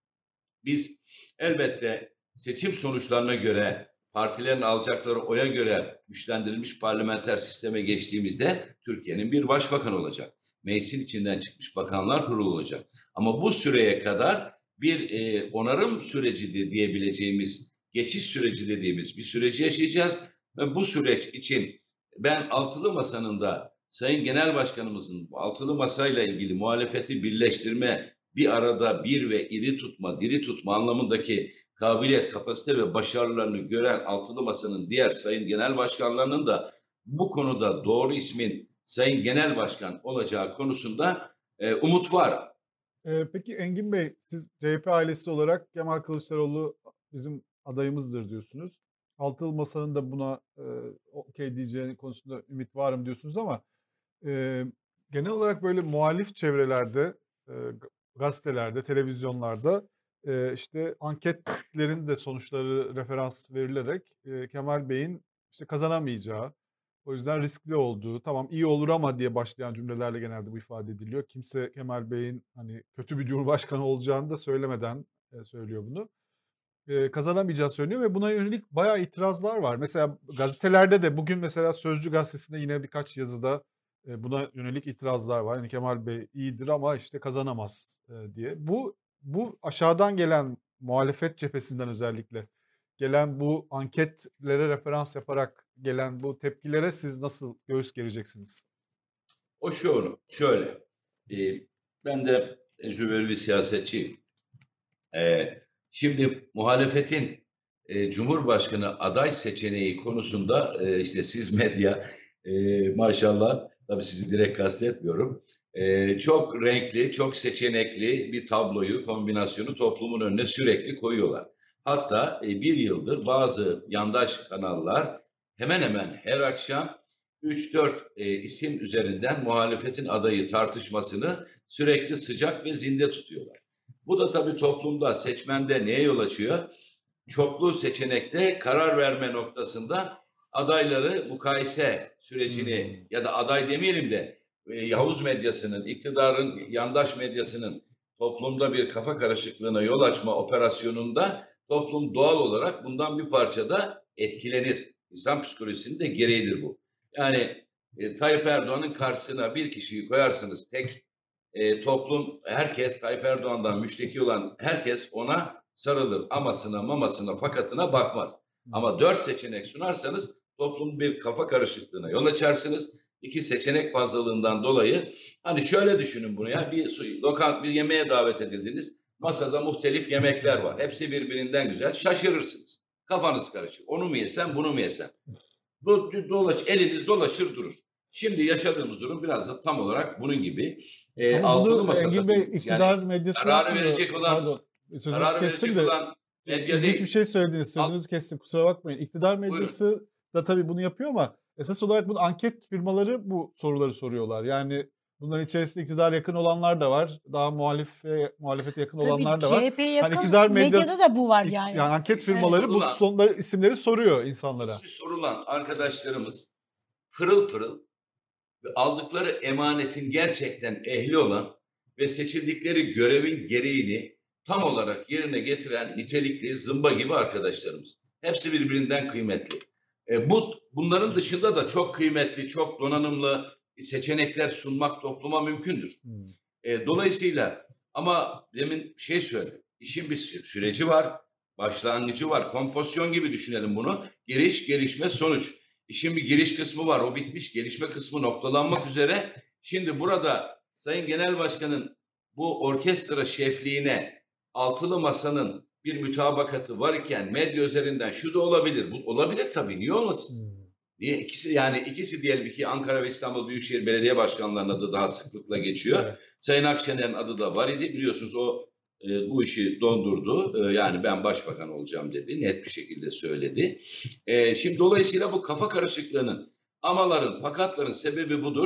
biz elbette seçim sonuçlarına göre, partilerin alacakları oya göre güçlendirilmiş parlamenter sisteme geçtiğimizde Türkiye'nin bir başbakan olacak. Meclisin içinden çıkmış bakanlar kurulu olacak. Ama bu süreye kadar bir e, onarım süreci de diyebileceğimiz, geçiş süreci dediğimiz bir süreci yaşayacağız. Ve bu süreç için ben altılı masanın da Sayın Genel Başkanımızın altılı masayla ilgili muhalefeti birleştirme bir arada bir ve iri tutma, diri tutma anlamındaki kabiliyet, kapasite ve başarılarını gören Altılı Masa'nın diğer sayın genel başkanlarının da bu konuda doğru ismin sayın genel başkan olacağı konusunda e, umut var. Ee, peki Engin Bey, siz C H P ailesi olarak Kemal Kılıçdaroğlu bizim adayımızdır diyorsunuz. Altılı Masa'nın da buna e, okey diyeceği konusunda ümit varım diyorsunuz ama e, genel olarak böyle muhalif çevrelerde, e, gazetelerde, televizyonlarda e, işte anketlerin de sonuçları referans verilerek e, Kemal Bey'in işte kazanamayacağı, o yüzden riskli olduğu, tamam iyi olur ama diye başlayan cümlelerle genelde bu ifade ediliyor. Kimse Kemal Bey'in hani kötü bir cumhurbaşkanı olacağını da söylemeden e, söylüyor bunu. E, kazanamayacağı söyleniyor ve buna yönelik bayağı itirazlar var. Mesela gazetelerde de bugün mesela Sözcü gazetesinde yine birkaç yazıda e, buna yönelik itirazlar var. Yani Kemal Bey iyidir ama işte kazanamaz e, diye. Bu bu aşağıdan gelen muhalefet cephesinden özellikle gelen bu anketlere referans yaparak gelen bu tepkilere siz nasıl göğüs gereceksiniz? O şu, şöyle, e, ben de tecrübeli bir siyasetçiyim. E, şimdi muhalefetin e, Cumhurbaşkanı aday seçeneği konusunda e, işte siz medya e, maşallah, tabii sizi direkt kastetmiyorum, e, çok renkli, çok seçenekli bir tabloyu, kombinasyonu toplumun önüne sürekli koyuyorlar. Hatta e, bir yıldır bazı yandaş kanallar hemen hemen her akşam üç dört e, isim üzerinden muhalefetin adayı tartışmasını sürekli sıcak ve zinde tutuyorlar. Bu da tabii toplumda, seçmende neye yol açıyor? Çoklu seçenekte karar verme noktasında adayları mukayese sürecini hmm. ya da aday demeyelim de e, Yavuz medyasının, iktidarın, yandaş medyasının toplumda bir kafa karışıklığına yol açma operasyonunda toplum doğal olarak bundan bir parça da etkilenir. İnsan psikolojisinin de gereğidir bu. Yani e, Tayyip Erdoğan'ın karşısına bir kişiyi koyarsınız, tek e, toplum, herkes Tayyip Erdoğan'dan müşteki olan herkes ona sarılır. Amasına, mamasına, fakatına bakmaz. Ama dört seçenek sunarsanız toplum bir kafa karışıklığına yol açarsınız. İki seçenek fazlalığından dolayı, hani şöyle düşünün bunu ya, bir lokant bir yemeğe davet edildiniz. Masada muhtelif yemekler var. Hepsi birbirinden güzel. Şaşırırsınız. Kafanız karışır. Onu mu yesem, bunu mu yesem? Do, dolaş, eliniz dolaşır durur. Şimdi yaşadığımız durum biraz da tam olarak bunun gibi. E, altılı masada. Engin Bey, iktidar yani, medyası kararı verecek olan, pardon, sözünüzü kararı kestim verecek de, olan medya değil. Hiçbir şey söylediniz. Sözünüzü kestim. Kusura bakmayın. İktidar medyası Buyurun. da tabii bunu yapıyor ama esas olarak bu anket firmaları bu soruları soruyorlar. Yani bunların içerisinde iktidar yakın olanlar da var. Daha muhalife, muhalefete yakın tabii olanlar da var. C H P'ye yakın, hani iktidar medyası, medyada da bu var yani. Yani anket firmaları bu sonları, isimleri soruyor insanlara. İsmi sorulan arkadaşlarımız pırıl pırıl ve aldıkları emanetin gerçekten ehli olan ve seçildikleri görevin gereğini tam olarak yerine getiren nitelikli zımba gibi arkadaşlarımız. Hepsi birbirinden kıymetli. E, bu bunların dışında da çok kıymetli, çok donanımlı seçenekler sunmak topluma mümkündür. Hmm. E, dolayısıyla ama demin şey söyledim. İşin bir süreci var, başlangıcı var. Kompozisyon gibi düşünelim bunu. Giriş, gelişme, sonuç. İşin bir giriş kısmı var. O bitmiş. Gelişme kısmı noktalanmak üzere. Şimdi burada Sayın Genel Başkan'ın bu orkestra şefliğine Altılı Masa'nın bir mütabakatı var iken medya üzerinden şu da olabilir. Bu olabilir tabii. Niye olmasın? Hmm. Niye? İkisi, yani ikisi diyelim ki Ankara ve İstanbul Büyükşehir Belediye Başkanlarının adı daha sıklıkla geçiyor. Evet. Sayın Akşener'in adı da var idi. Biliyorsunuz o e, bu işi dondurdu. E, yani ben başbakan olacağım dedi. Net bir şekilde söyledi. E, şimdi dolayısıyla bu kafa karışıklığının, amaların, fakatların sebebi budur.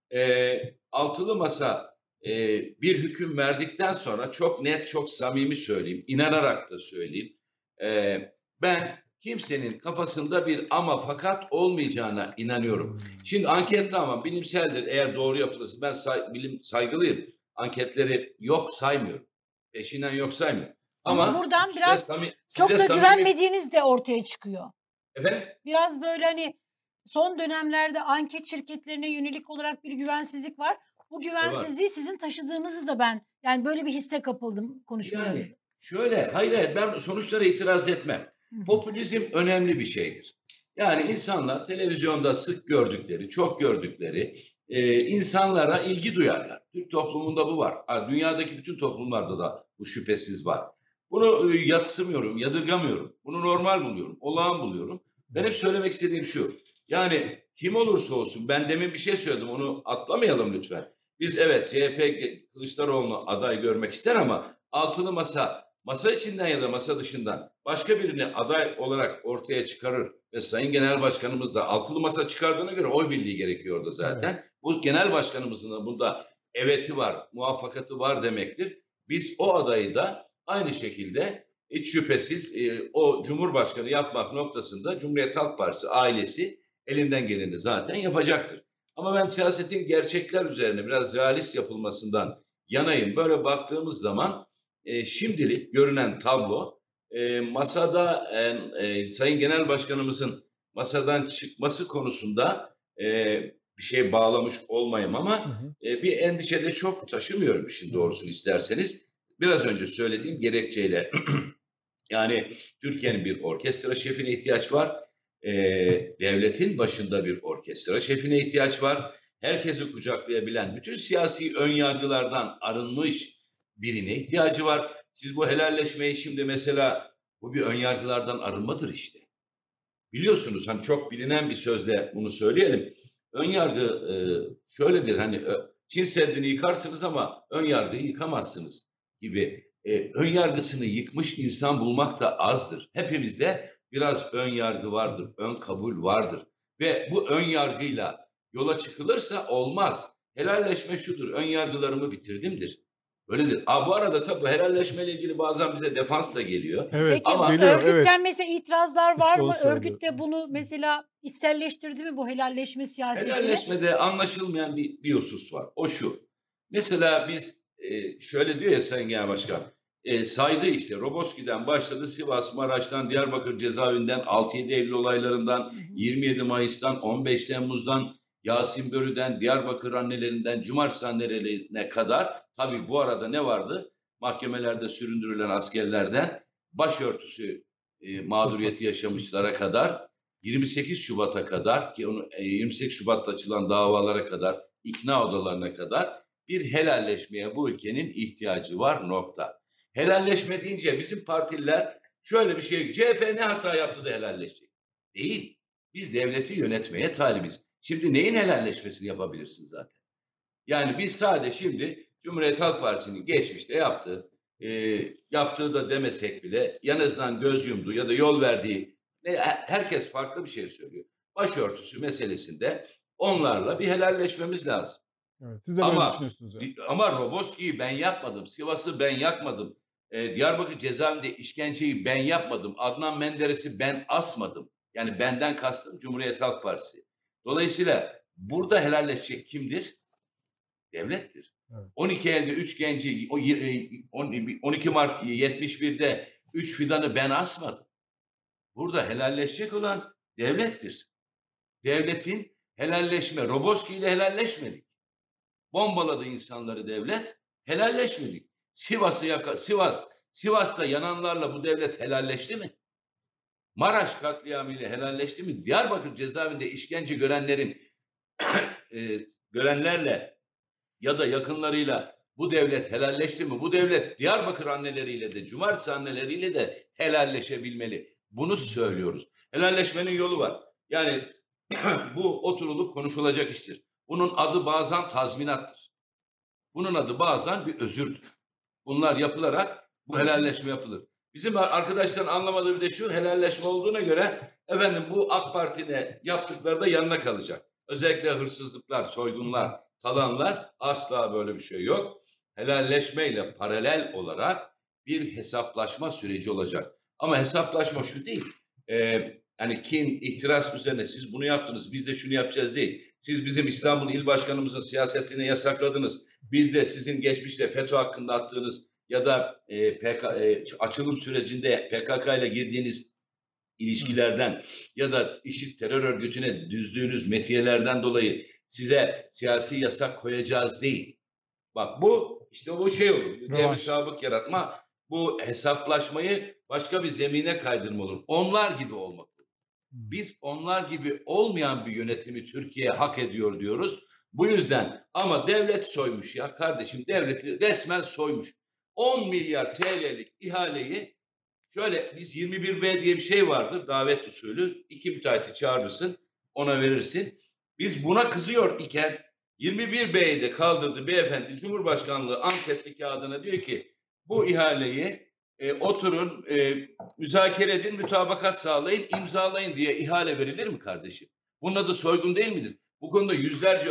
E, Altılı Masa e, bir hüküm verdikten sonra çok net, çok samimi söyleyeyim. İnanarak da söyleyeyim. E, ben kimsenin kafasında bir ama fakat olmayacağına inanıyorum. Şimdi anket tamam bilimseldir eğer doğru yapılırsa. Ben say, bilim saygılıyım. Anketleri yok saymıyorum. Peşinden yok saymıyorum. Ama, Ama buradan biraz sami, çok da samimi... güvenmediğiniz de ortaya çıkıyor. Efendim? Biraz böyle hani son dönemlerde anket şirketlerine yönelik olarak bir güvensizlik var. Bu güvensizliği evet. sizin taşıdığınızı da ben yani böyle bir hisse kapıldım konuşmalarınızda. Yani şöyle hayır hayır ben sonuçlara itiraz etmem. Popülizm önemli bir şeydir. Yani insanlar televizyonda sık gördükleri, çok gördükleri e, insanlara ilgi duyarlar. Türk toplumunda bu var. Ha, dünyadaki bütün toplumlarda da bu şüphesiz var. Bunu e, yatsımıyorum, yadırgamıyorum. Bunu normal buluyorum, olağan buluyorum. Ben hep söylemek istediğim şu. Yani kim olursa olsun, ben demin bir şey söyledim, onu atlamayalım lütfen. Biz evet C H P Kılıçdaroğlu'nu aday görmek ister ama altılı masa, masa içinden ya da masa dışından başka birini aday olarak ortaya çıkarır ve Sayın Genel Başkanımız da altılı masa çıkardığına göre oy birliği gerekiyor orada zaten. Evet. Bu Genel Başkanımızın da bunda eveti var, muvaffakatı var demektir. Biz o adayı da aynı şekilde hiç şüphesiz e, o Cumhurbaşkanı yapmak noktasında Cumhuriyet Halk Partisi ailesi elinden geleni zaten yapacaktır. Ama ben siyasetin gerçekler üzerine biraz realist yapılmasından yanayım. Böyle baktığımız zaman e, şimdilik görünen tablo e, masada e, e, Sayın Genel Başkanımızın masadan çıkması konusunda e, bir şey bağlamış olmayayım ama hı hı. E, bir endişe de çok taşımıyorum işin doğrusunu isterseniz. Biraz önce söylediğim gerekçeyle yani Türkiye'nin bir orkestra şefine ihtiyaç var. E, devletin başında bir orkestra şefine ihtiyaç var. Herkesi kucaklayabilen, bütün siyasi önyargılardan arınmış birine ihtiyacı var. Siz bu helalleşmeyi şimdi mesela, bu bir önyargılardan arınmadır işte. Biliyorsunuz hani çok bilinen bir sözle bunu söyleyelim. Önyargı e, şöyledir, hani Çin Seddi'ni yıkarsınız ama önyargıyı yıkamazsınız gibi. E, önyargısını yıkmış insan bulmak da azdır. Hepimizde biraz ön yargı vardır, ön kabul vardır. Ve bu ön yargıyla yola çıkılırsa olmaz. Helalleşme şudur, ön yargılarımı bitirdimdir. Öyledir. Aa, bu arada tabii helalleşmeyle ilgili bazen bize defans da geliyor. Evet, peki ama geliyor, örgütten evet. Mesela itirazlar var işte mı? Örgütte bunu mesela içselleştirdi mi bu helalleşme siyasetini? Helalleşmede anlaşılmayan bir, bir husus var. O şu. Mesela biz e, şöyle diyor ya Sayın Genel Başkan. E, saydı işte Roboski'den başladı, Sivas, Maraş'tan, Diyarbakır cezaevinden, altı yedi Eylül olaylarından, yirmi yedi Mayıs'tan, on beş Temmuz'dan, Yasin Börü'den, Diyarbakır annelerinden, Cumartesi annelerine kadar, tabii bu arada ne vardı? Mahkemelerde süründürülen askerlerden başörtüsü e, mağduriyeti yaşamışlara kadar, yirmi sekiz Şubat'a kadar ki onu e, yirmi sekiz Şubat'ta açılan davalara kadar, ikna odalarına kadar bir helalleşmeye bu ülkenin ihtiyacı var, nokta. Helalleşme deyince bizim partililer şöyle bir şey, C H P ne hata yaptı da helalleşecek? Değil. Biz devleti yönetmeye talibiz. Şimdi neyin helalleşmesini yapabilirsin zaten? Yani biz sadece şimdi Cumhuriyet Halk Partisi'nin geçmişte yaptığı, e, yaptığı da demesek bile en azından göz yumduğu ya da yol verdiği, ne, herkes farklı bir şey söylüyor. Başörtüsü meselesinde onlarla bir helalleşmemiz lazım. Evet, siz de ama, düşünüyorsunuz yani. Ama Roboski'yi ben yakmadım, Sivas'ı ben yakmadım, e, Diyarbakır cezaevinde işkenceyi ben yapmadım, Adnan Menderes'i ben asmadım. Yani benden kastım Cumhuriyet Halk Partisi. Dolayısıyla burada helalleşecek kimdir? Devlettir. Evet. on iki Eylül'de üç genci, on iki Mart yetmiş bir'de üç fidanı ben asmadım. Burada helalleşecek olan devlettir. Devletin helalleşme, Roboski ile helalleşmedik. Bombaladı insanları devlet, helalleşmedik. Sivas'ı yaka, Sivas, Sivas'ta yananlarla bu devlet helalleşti mi? Maraş katliamıyla helalleşti mi? Diyarbakır cezaevinde işkence görenlerin e, görenlerle ya da yakınlarıyla bu devlet helalleşti mi? Bu devlet Diyarbakır anneleriyle de, Cumartesi anneleriyle de helalleşebilmeli. Bunu söylüyoruz. Helalleşmenin yolu var. Yani bu oturulup konuşulacak iştir. Bunun adı bazen tazminattır. Bunun adı bazen bir özürdür. Bunlar yapılarak bu helalleşme yapılır. Bizim arkadaşların anlamadığı bir de şu, helalleşme olduğuna göre efendim bu AK Parti'ne yaptıkları da yanına kalacak. Özellikle hırsızlıklar, soygunlar, talanlar, asla böyle bir şey yok. Helalleşmeyle paralel olarak bir hesaplaşma süreci olacak. Ama hesaplaşma şu değil. Ee, yani kin, ihtiras üzerine siz bunu yaptınız, biz de şunu yapacağız değil. Siz bizim İstanbul İl Başkanımızın siyasetini yasakladınız. Biz de sizin geçmişte FETÖ hakkında attığınız ya da e, P K, e, açılım sürecinde P K K ile girdiğiniz ilişkilerden ya da IŞİD terör örgütüne düzdüğünüz metiyelerden dolayı size siyasi yasak koyacağız değil. Bak bu işte bu şey olur. Devri sabık yaratma, bu hesaplaşmayı başka bir zemine kaydırma olur. Onlar gibi olmak olur. Biz onlar gibi olmayan bir yönetimi Türkiye hak ediyor diyoruz. Bu yüzden ama devlet soymuş ya kardeşim, devleti resmen soymuş. on milyar T L'lik ihaleyi şöyle, biz yirmi bir B diye bir şey vardır, davet usulü. İki müteahhiti çağırırsın, ona verirsin. Biz buna kızıyor iken yirmi bir B'yi de kaldırdı beyefendi Cumhurbaşkanlığı Antep'teki kağıdına, diyor ki bu ihaleyi e, oturun e, müzakere edin, mütabakat sağlayın, imzalayın diye ihale verilir mi kardeşim? Bunun adı soygun değil midir? Bu konuda yüzlerce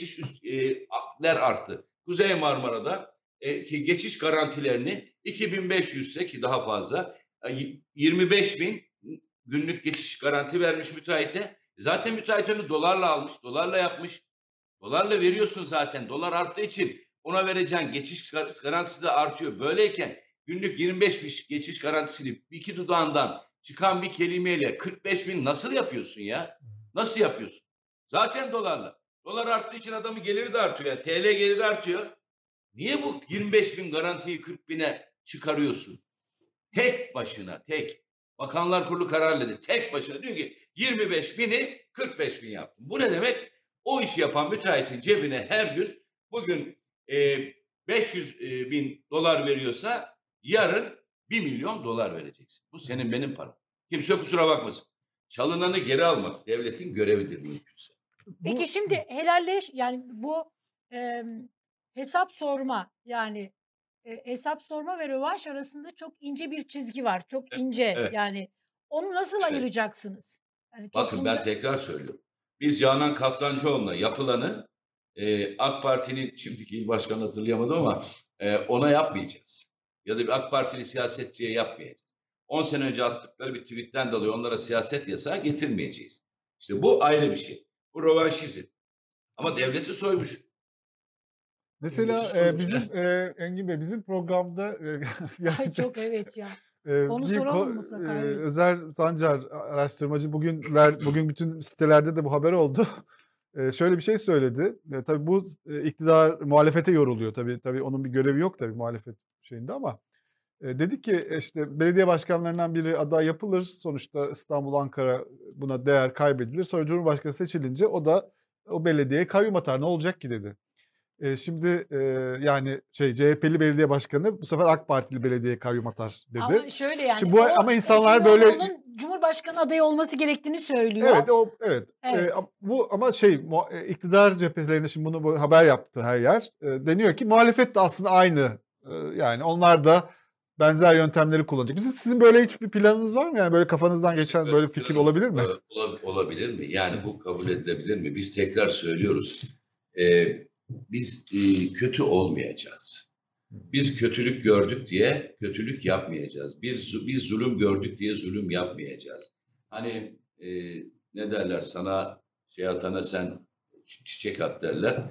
geçişler arttı. Kuzey Marmara'da e, geçiş garantilerini iki bin beş yüzse ki daha fazla yirmi beş bin günlük geçiş garanti vermiş müteahhite. Zaten müteahhit onu dolarla almış, dolarla yapmış. Dolarla veriyorsun zaten. Dolar arttığı için ona vereceğin geçiş garantisi de artıyor. Böyleyken günlük yirmi beş bin geçiş garantisini iki dudağından çıkan bir kelimeyle kırk beş bin nasıl yapıyorsun ya? Nasıl yapıyorsun? Zaten dolarla. Dolar arttığı için adamın geliri de artıyor. Yani T L geliri artıyor. Niye bu yirmi beş bin garantiyi kırk bine çıkarıyorsun? Tek başına, tek. Bakanlar Kurulu kararladı. Tek başına diyor ki yirmi beş bini kırk beş bin yaptım. Bu ne demek? O işi yapan müteahhitin cebine her gün bugün e, beş yüz bin dolar veriyorsa yarın bir milyon dolar vereceksin. Bu senin benim param. Kimse kusura bakmasın. Çalınanı geri almak devletin görevidir mümkünse. Peki şimdi helalleş, yani bu e, hesap sorma, yani e, hesap sorma ve rövanş arasında çok ince bir çizgi var. Çok ince, evet. Yani onu nasıl evet. ayıracaksınız? Yani Bakın toplumda... ben tekrar söylüyorum. Biz Canan Kaftancıoğlu'na yapılanı e, AK Parti'nin şimdiki il başkanı hatırlayamadım ama e, ona yapmayacağız. Ya da bir AK Partili siyasetçiye yapmayacağız. on sene önce attıkları bir tweetten dolayı onlara siyaset yasağı getirmeyeceğiz. İşte bu ayrı bir şey. Bu rövanşizm. Ama devleti soymuş. Mesela e, bizim e, Engin Bey, bizim programda e, yani, Ay çok evet ya. E, Onu bir soralım mutlaka. E, Özer Sancar araştırmacı bugünler bugün bütün sitelerde de bu haber oldu. E, şöyle bir şey söyledi. E, tabii bu e, iktidar muhalefete yoruluyor tabii. Tabii onun bir görevi yok tabii muhalefet şeyinde ama e, dedi ki işte belediye başkanlarından biri aday yapılır. Sonuçta İstanbul, Ankara buna değer kaybedilir. Sonra Cumhurbaşkanı seçilince o da o belediyeye kayyum atar. Ne olacak ki dedi. E, şimdi e, yani şey C H P'li belediye başkanı bu sefer AK Partili belediye kayyum atar dedi. Ama şöyle yani. Şimdi bu, o, ama insanlar böyle onun Cumhurbaşkanı adayı olması gerektiğini söylüyor. Evet o evet. evet. E, bu ama şey iktidar cephelerinde şimdi bunu bu, haber yaptı her yer. E, deniyor ki muhalefet de aslında aynı. E, yani onlar da benzer yöntemleri kullanacak. Sizin, sizin böyle hiçbir planınız var mı? Yani böyle kafanızdan geçen böyle bir fikir olabilir mi? Olabilir mi? Yani bu kabul edilebilir mi? Biz tekrar söylüyoruz. Ee, biz e, kötü olmayacağız. Biz kötülük gördük diye kötülük yapmayacağız. Bir, biz zulüm gördük diye zulüm yapmayacağız. Hani e, ne derler, sana şey atana sen çiçek at derler.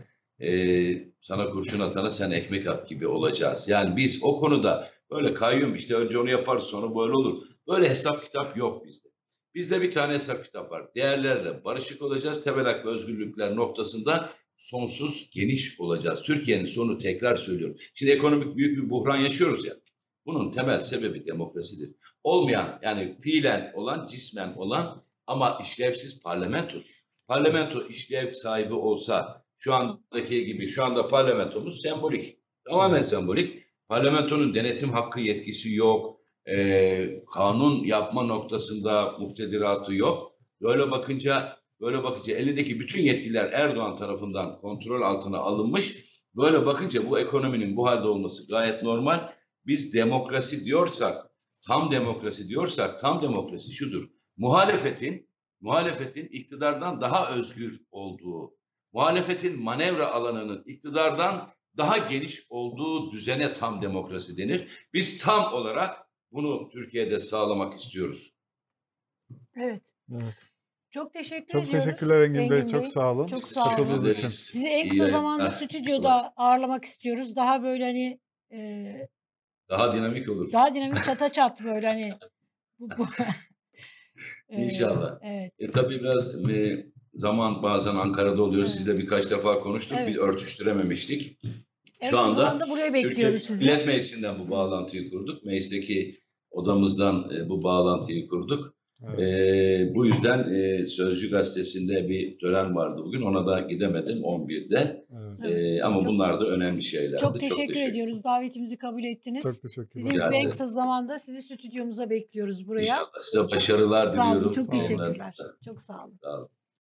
E, sana kurşun atana sen ekmek at gibi olacağız. Yani biz o konuda böyle kayyum işte önce onu yaparız sonra böyle olur. Böyle hesap kitap yok bizde. Bizde bir tane hesap kitap var. Değerlerle barışık olacağız. Temel hak ve özgürlükler noktasında sonsuz geniş olacağız. Türkiye'nin sonu, tekrar söylüyorum. Şimdi ekonomik büyük bir buhran yaşıyoruz ya. Bunun temel sebebi demokrasidir. Olmayan, yani fiilen olan, cismen olan ama işlevsiz parlamento. Parlamento işlev sahibi olsa şu andaki gibi, şu anda parlamentomuz sembolik. Tamamen sembolik. Parlamentonun denetim hakkı, yetkisi yok. Ee, kanun yapma noktasında muktediratı yok. Böyle bakınca Böyle bakınca elindeki bütün yetkiler Erdoğan tarafından kontrol altına alınmış. Böyle bakınca bu ekonominin bu halde olması gayet normal. Biz demokrasi diyorsak, tam demokrasi diyorsak, tam demokrasi şudur. Muhalefetin, muhalefetin iktidardan daha özgür olduğu, muhalefetin manevra alanının iktidardan daha geniş olduğu düzene tam demokrasi denir. Biz tam olarak bunu Türkiye'de sağlamak istiyoruz. Evet. Evet. Çok teşekkür çok ediyoruz. Çok teşekkürler Engin, Engin Bey. Bey. Çok sağ olun. Çok sağ olun. Için. Sizi en kısa İyi zamanda yayınlar. Stüdyoda ağırlamak istiyoruz. Daha böyle hani e, daha dinamik olur. Daha dinamik, çata çat böyle hani. Bu, bu. İnşallah. Evet. E, tabii biraz e, zaman bazen Ankara'da oluyor. Evet. Sizle birkaç defa konuştuk. Evet. Bir örtüştürememiştik. Evet, Şu anda buraya bekliyoruz Türkiye sizi. Millet Meclisi'nden bu bağlantıyı kurduk. Meclisteki odamızdan e, bu bağlantıyı kurduk. Evet. E, bu yüzden e, Sözcü Gazetesi'nde bir tören vardı bugün. Ona da gidemedim on birde. Evet. E, ama Çok- bunlar da önemli şeylerdi. Çok teşekkür ediyoruz. Davetimizi kabul ettiniz. Çok teşekkürler. Dediğimiz gibi Rica en ederim. kısa zamanda sizi stüdyomuza bekliyoruz buraya. İnşallah size başarılar Sağ olun, diliyorum. çok Sağ olun. teşekkürler. Çok sağ olun. Sağ olun.